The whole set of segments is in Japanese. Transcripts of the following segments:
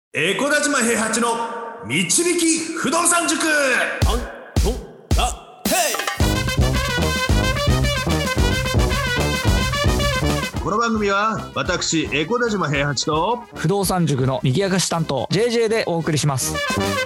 エコダ島平八の導き不動産塾。この番組は私エコダ島平八と不動産塾の右明かし担当 JJ でお送りします。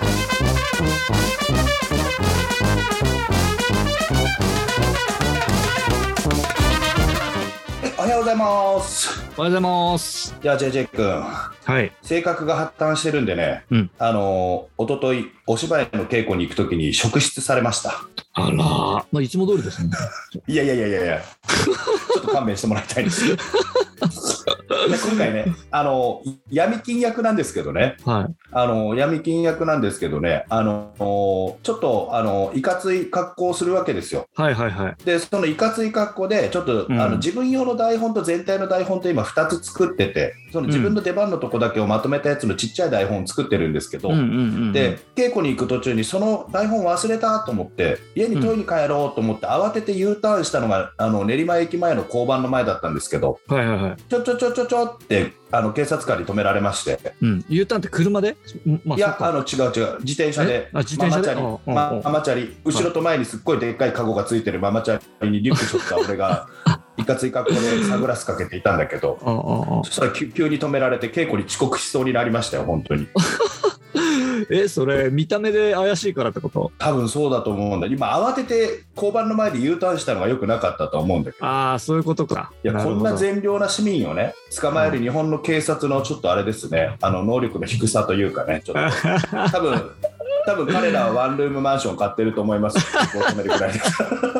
おはようございます。 おはようございます。 じゃあ JJ 君、 はい、性格が発達してるんでね、一昨日お芝居の稽古に行くときに職質されました。 あら、まあ、いつも通りですね。 いやちょっと勘弁してもらいたいんですよ。今回ね、闇金役なんですけどね、闇金役なんですけどね、ちょっといかつい格好をするわけですよ。で、そのいかつい格好でちょっと、自分用の台本と全体の台本と今2つ作ってて、その自分の出番のとこだけをまとめたやつのちっちゃい台本を作ってるんですけど、で稽古に行く途中にその台本忘れたと思って家に取りに帰ろうと思って慌てて U ターンしたのが練馬駅前の交番の前だったんですけど、ちょって警察官に止められまして、 U ターンって車で？ いや違う自転車で、ママチャリ、後ろと前にすっごいでっかいカゴがついてるママチャリにリュック背負った俺がいかつい格好でサングラスかけていたんだけど、そしたら急に止められて稽古に遅刻しそうになりましたよ、本当に。 それ見た目で怪しいからってこと？ 多分そうだと思うんだ。今慌てて交番の前で U ターンしたのが良くなかったと思うんだけど。 そういうことか。 いや、こんな善良な市民をね捕まえる日本の警察のちょっとあれですね、能力の低さというかね、ちょっと多分彼らはワンルームマンション買ってると思います。止めるぐらいです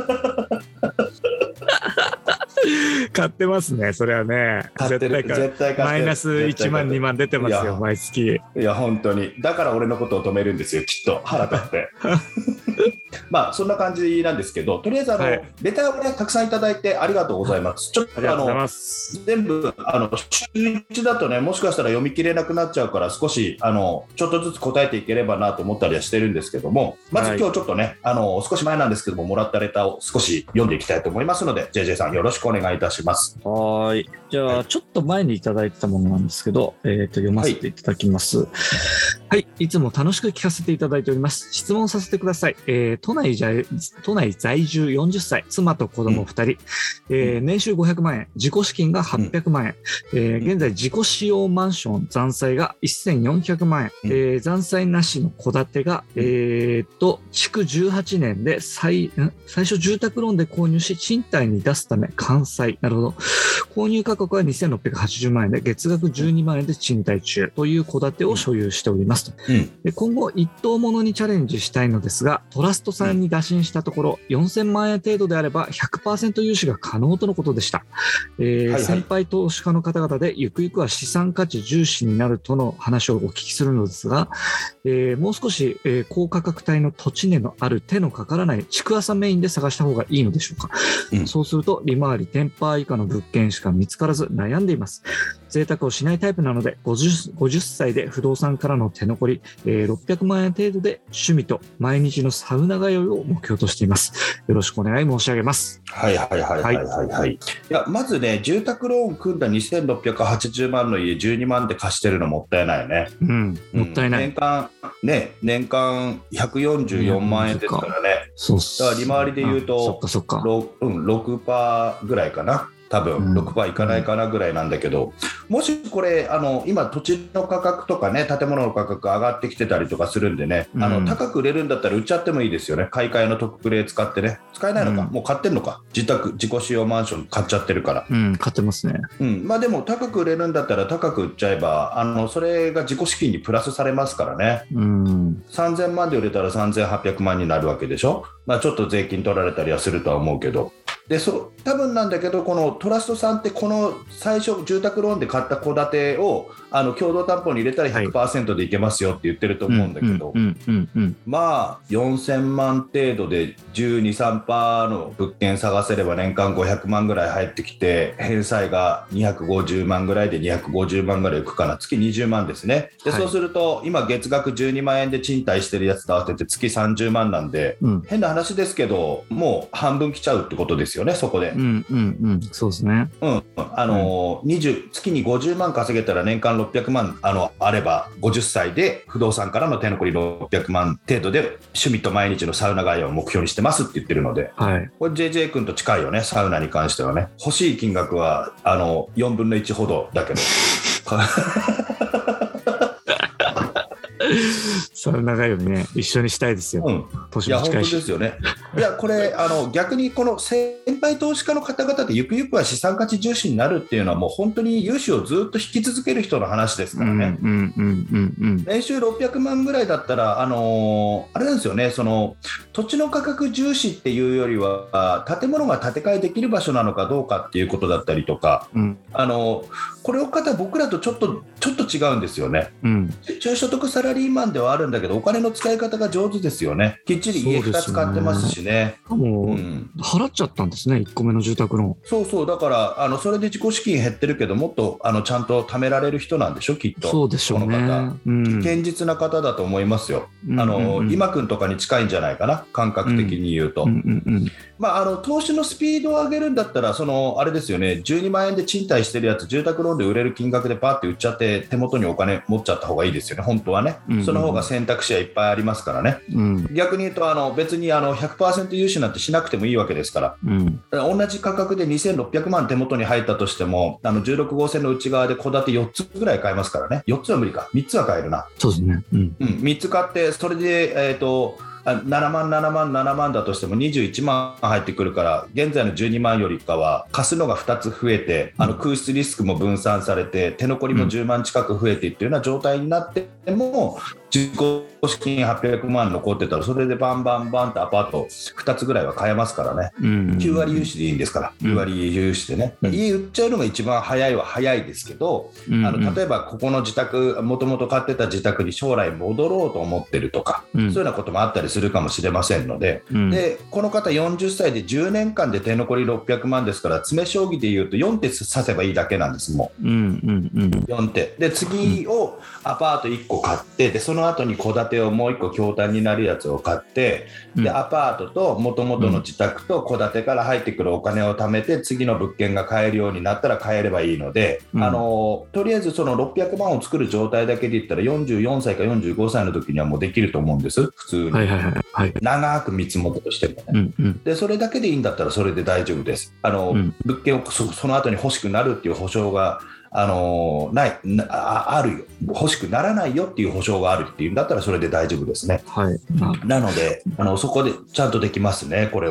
買ってますね、それはね。 絶対買ってる。 マイナス1万2万出てますよ、毎月。 いや本当に、だから俺のことを止めるんですよ、きっと腹立ってまあそんな感じなんですけど、とりあえずレターをねたくさんいただいてありがとうございます。ちょっと全部週1だとね、もしかしたら読み切れなくなっちゃうから、少しちょっとずつ答えていければなと思ったりはしてるんですけども、まず今日ちょっとね、少し前なんですけども、もらったレターを少し読んでいきたいと思いますので、 JJ さんよろしくお願いいたします。 はい、じゃあちょっと前にいただいてたものなんですけど、読ませていただきます。はい、いつも楽しく聞かせていただいております。質問させてください。都内在住40歳、妻と子供2人、年収500万円、自己資金が800万円、現在自己使用マンション残債が1400万円、残債なしの戸建てが、築18年で最初住宅ローンで購入し賃貸に出すため完済。なるほど。購入価格は2680万円で月額12万円で賃貸中という戸建てを所有しておりますと。で今後一棟物にチャレンジしたいのですが、トラストさんに打診したところ4000万円程度であれば 100% 融資が可能とのことでした。先輩投資家の方々でゆくゆくは資産価値重視になるとの話をお聞きするのですが、もう少し、高価格帯の土地値のある手のかからない築浅メインで探した方がいいのでしょうか。そうすると利回り 10% 以下の物件しか見つからず悩んでいます。贅沢をしないタイプなので 50歳で不動産からの手残り、600万円程度で趣味と毎日のサウナ通いを目標としています。よろしくお願い申し上げます。 いや、まずね、住宅ローン組んだ2680万の家12万で貸してるのもったいないね。 もったいない。 年間144万円ですからね。だから利回りで言うと 6% ぐらいかな。多分 6% いかないかなぐらいなんだけど、もしこれ今土地の価格とかね、建物の価格上がってきてたりとかするんでね、高く売れるんだったら売っちゃってもいいですよね。買い替えの特例使ってね。使えないのか、もう買ってんのか、自己使用マンション買っちゃってるから。 買ってますね。 まあでも高く売れるんだったら高く売っちゃえばそれが自己資金にプラスされますからね。3000万で売れたら3800万になるわけでしょ。まあちょっと税金取られたりはするとは思うけど、で多分なんだけど、このトラストさんってこの最初住宅ローンで買った戸建てを共同担保に入れたら 100% でいけますよって言ってると思うんだけど、まあ4000万程度で 12-13% の物件探せれば年間500万ぐらい入ってきて、返済が250万ぐらいで250万ぐらいいくかな。月20万ですね。で、そうすると今月額12万円で賃貸してるやつと合わせて月30万なんで、変な話ですけどもう半分来ちゃうってことですですよね、そこで。 そうですね。 月に50万稼げたら年間600万あれば、50歳で不動産からの手残り600万程度で趣味と毎日のサウナ通いを目標にしてますって言ってるので、これ JJ 君と近いよね、サウナに関してはね。欲しい金額は4分の1ほどだけどサウナ通いね、一緒にしたいですよ。 いや本当ですよね。いやこれ逆にこの先輩投資家の方々でゆくゆくは資産価値重視になるっていうのはもう本当に融資をずっと引き続ける人の話ですからね。年収600万ぐらいだったらあれなんですよね、その土地の価格重視っていうよりは建物が建て替えできる場所なのかどうかっていうことだったりとか、これを僕らとちょっと違うんですよね。中所得サラリーマンではあるんだけどお金の使い方が上手ですよね。きっちり家2つ買ってますしね。 もう払っちゃったんですね、1個目の住宅ローン。 そうだからそれで自己資金減ってるけどもっとちゃんと貯められる人なんでしょきっと。 そうでしょうね。 この方、堅実な方だと思いますよ。今君とかに近いんじゃないかな、感覚的に言うと。投資のスピードを上げるんだったらあれですよね、12万円で賃貸してるやつ住宅ローンで売れる金額でパーって売っちゃって手元にお金持っちゃった方がいいですよね、本当はね。その方が選択肢はいっぱいありますからね。逆に言うと別に100% 融資なんてしなくてもいいわけですから、同じ価格で2600万手元に入ったとしても16号線の内側で戸建て4つぐらい買えますからね。4つは無理か、3つは買えるな。 そうですね。 3つ買ってそれで7万だとしても21万入ってくるから、現在の12万よりかは貸すのが2つ増えて空室リスクも分散されて手残りも10万近く増えていっていうような状態になっても自己資金800万残ってたらそれでバンバンバンとアパート2つぐらいは買えますからね。9割融資でいいんですから、9割融資でね、家売っちゃうのが一番早いは早いですけど、例えばここの自宅もともと買ってた自宅に将来戻ろうと思ってるとか、そういうようなこともあったりするかもしれませんので、でこの方40歳で10年間で手残り600万ですから、詰将棋でいうと4手指せばいいだけなんです。もう、4手で次をアパート1個買って、でその後に戸建てをもう1個強端になるやつを買って、でアパートと元々の自宅と戸建てから入ってくるお金を貯めて次の物件が買えるようになったら買えればいいので、とりあえずその600万を作る状態だけで言ったら44歳か45歳の時にはもうできると思うんです、普通に。長く見積もったとしてもね、でそれだけでいいんだったらそれで大丈夫です。物件をその後に欲しくなるっていう保証があるよ、欲しくならないよっていう保証があるっていうんだったらそれで大丈夫ですね。なのでそこでちゃんとできますね。これ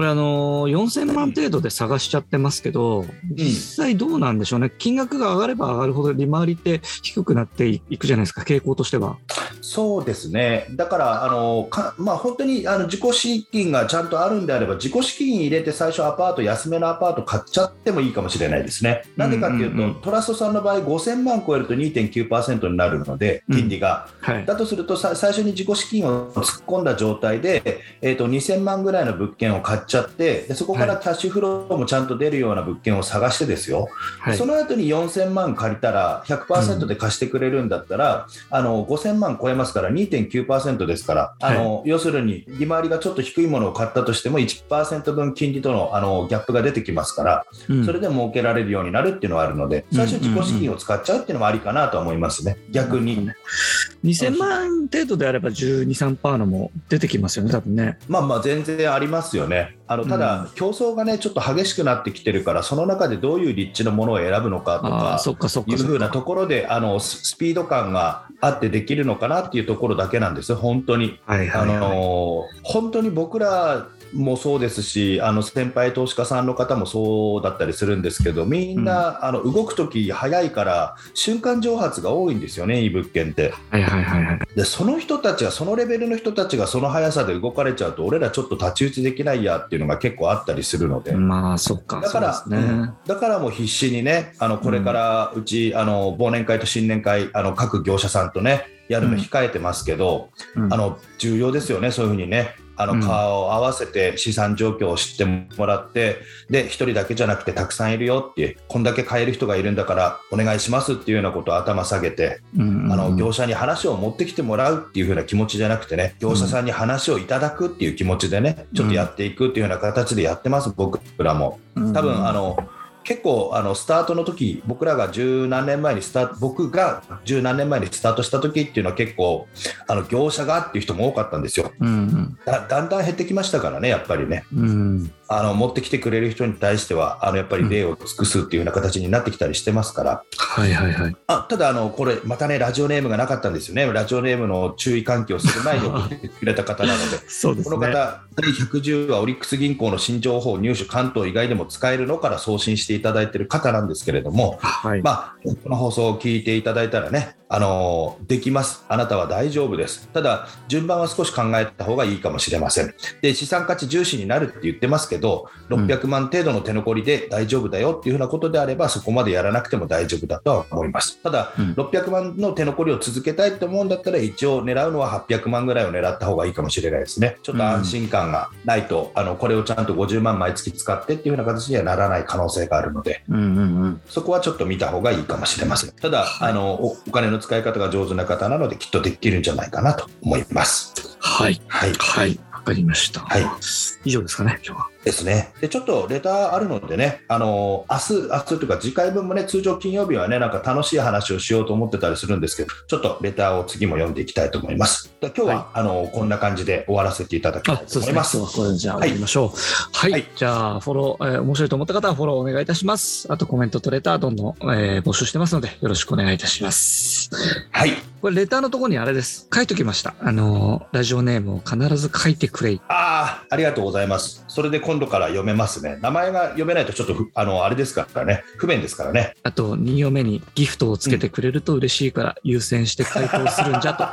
4000万程度で探しちゃってますけど、実際どうなんでしょうね。金額が上がれば上がるほど利回りって低くなっていくじゃないですか、傾向としては。 そうですね。だから本当に自己資金がちゃんとあるんであれば自己資金入れて最初アパート、安めのアパート買っちゃってもいいかもしれないですね。なんでかっていうと、トラストさんの場合5000万超えると 2.9% になるので、金利が、だとすると最初に自己資金を突っ込んだ状態で、2000万ぐらいの物件を買っちゃって、でそこからキャッシュフローもちゃんと出るような物件を探してですよ、その後に4000万借りたら 100% で貸してくれるんだったら、5000万超えますから 2.9% ですから、要するに利回りがちょっと低いものを買ったとしても 1% 分金利との、ギャップが出てきますから、それで儲けられるようになるっていうのはあるので、最初自己資金を使っちゃうっていうのもありかなとは思いますね。逆に 2000万程度であれば 12-13% のも出てきますよね、多分ね。 全然ありますよね。ただ、競争がねちょっと激しくなってきてるから、その中でどういう立地のものを選ぶのかとかいうふうなところでスピード感があってできるのかなっていうところだけなんですよ、本当に。本当に僕らもそうですし、先輩投資家さんの方もそうだったりするんですけど、みんな、動くとき早いから瞬間蒸発が多いんですよね、いい物件って。でその人たちが、そのレベルの人たちがその速さで動かれちゃうと、俺らちょっと太刀打ちできないやっていうのが結構あったりするので、だからもう必死にね、これからうち忘年会と新年会各業者さんとねやるの控えてますけど、重要ですよね、そういうふうにね顔を合わせて資産状況を知ってもらって、で1人だけじゃなくてたくさんいるよっていう、こんだけ買える人がいるんだからお願いしますっていうようなことを頭下げて、業者に話を持ってきてもらうっていう風な気持ちじゃなくてね、業者さんに話をいただくっていう気持ちでね、ちょっとやっていくっていうような形でやってます、僕らも。多分結構スタートの時、僕が十何年前にスタートした時っていうのは結構業者がっていう人も多かったんですよ。だんだん減ってきましたからね、やっぱりね。持ってきてくれる人に対してはやっぱり礼を尽くすっていうような形になってきたりしてますから。ただこれまたね、ラジオネームがなかったんですよね。ラジオネームの注意喚起をする前に送ってくれた方なのでそうですね、 この方第110はオリックス銀行の新情報入手、関東以外でも使えるのから送信していただいている方なんですけれども、この放送を聞いていただいたらね、できます、あなたは大丈夫です。ただ順番は少し考えた方がいいかもしれません。で、資産価値重視になるって言ってますけど、600万程度の手残りで大丈夫だよっていうふうなことであれば、そこまでやらなくても大丈夫だとは思います。ただ、600万の手残りを続けたいと思うんだったら、一応狙うのは800万ぐらいを狙った方がいいかもしれないですね。ちょっと安心感がないと、これをちゃんと50万毎月使ってっていうふうな形にはならない可能性があるので、そこはちょっと見た方がいいかもしれません。ただお金の使い方が上手な方なので、きっとできるんじゃないかなと思います。 わかりました。以上ですかね、今日は。 ですね。で、ちょっとレターあるのでね、明日というか次回分もね、通常金曜日はね、なんか楽しい話をしようと思ってたりするんですけど、ちょっとレターを次も読んでいきたいと思います。今日は、こんな感じで終わらせていただきたいと思います。 これじゃあ終わりましょう。じゃあフォロー、面白いと思った方はフォローお願いいたします。あとコメントとレターどんどん、募集してますので、よろしくお願いいたします。これレターのところにあれです。書いときました。ラジオネームを必ず書いてくれ。 ありがとうございます。それで今度から読めますね。名前が読めないとちょっとあれですからね、不便ですからね。 あと2行目にギフトをつけてくれると嬉しいから優先して回答するんじゃと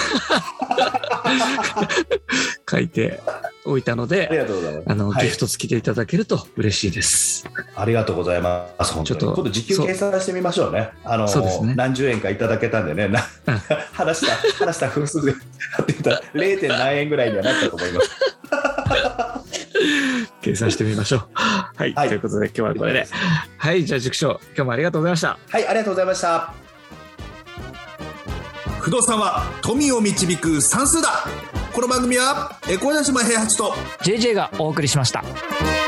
書いておいたので、 ありがとうございます。 ギフトつけていただけると嬉しいです。 ありがとうございます。本当にちょっと時給計算してみましょうね。 そうですね、 何十円かいただけたんでね、話した分数でやってたら 0. 何円ぐらいにはなったと思います。 計算してみましょう。ということで今日はこれで。じゃあ塾長、今日もありがとうございました。 ありがとうございました。 不動産は富を導く算数だ。この番組は小田島平八と JJ がお送りしました。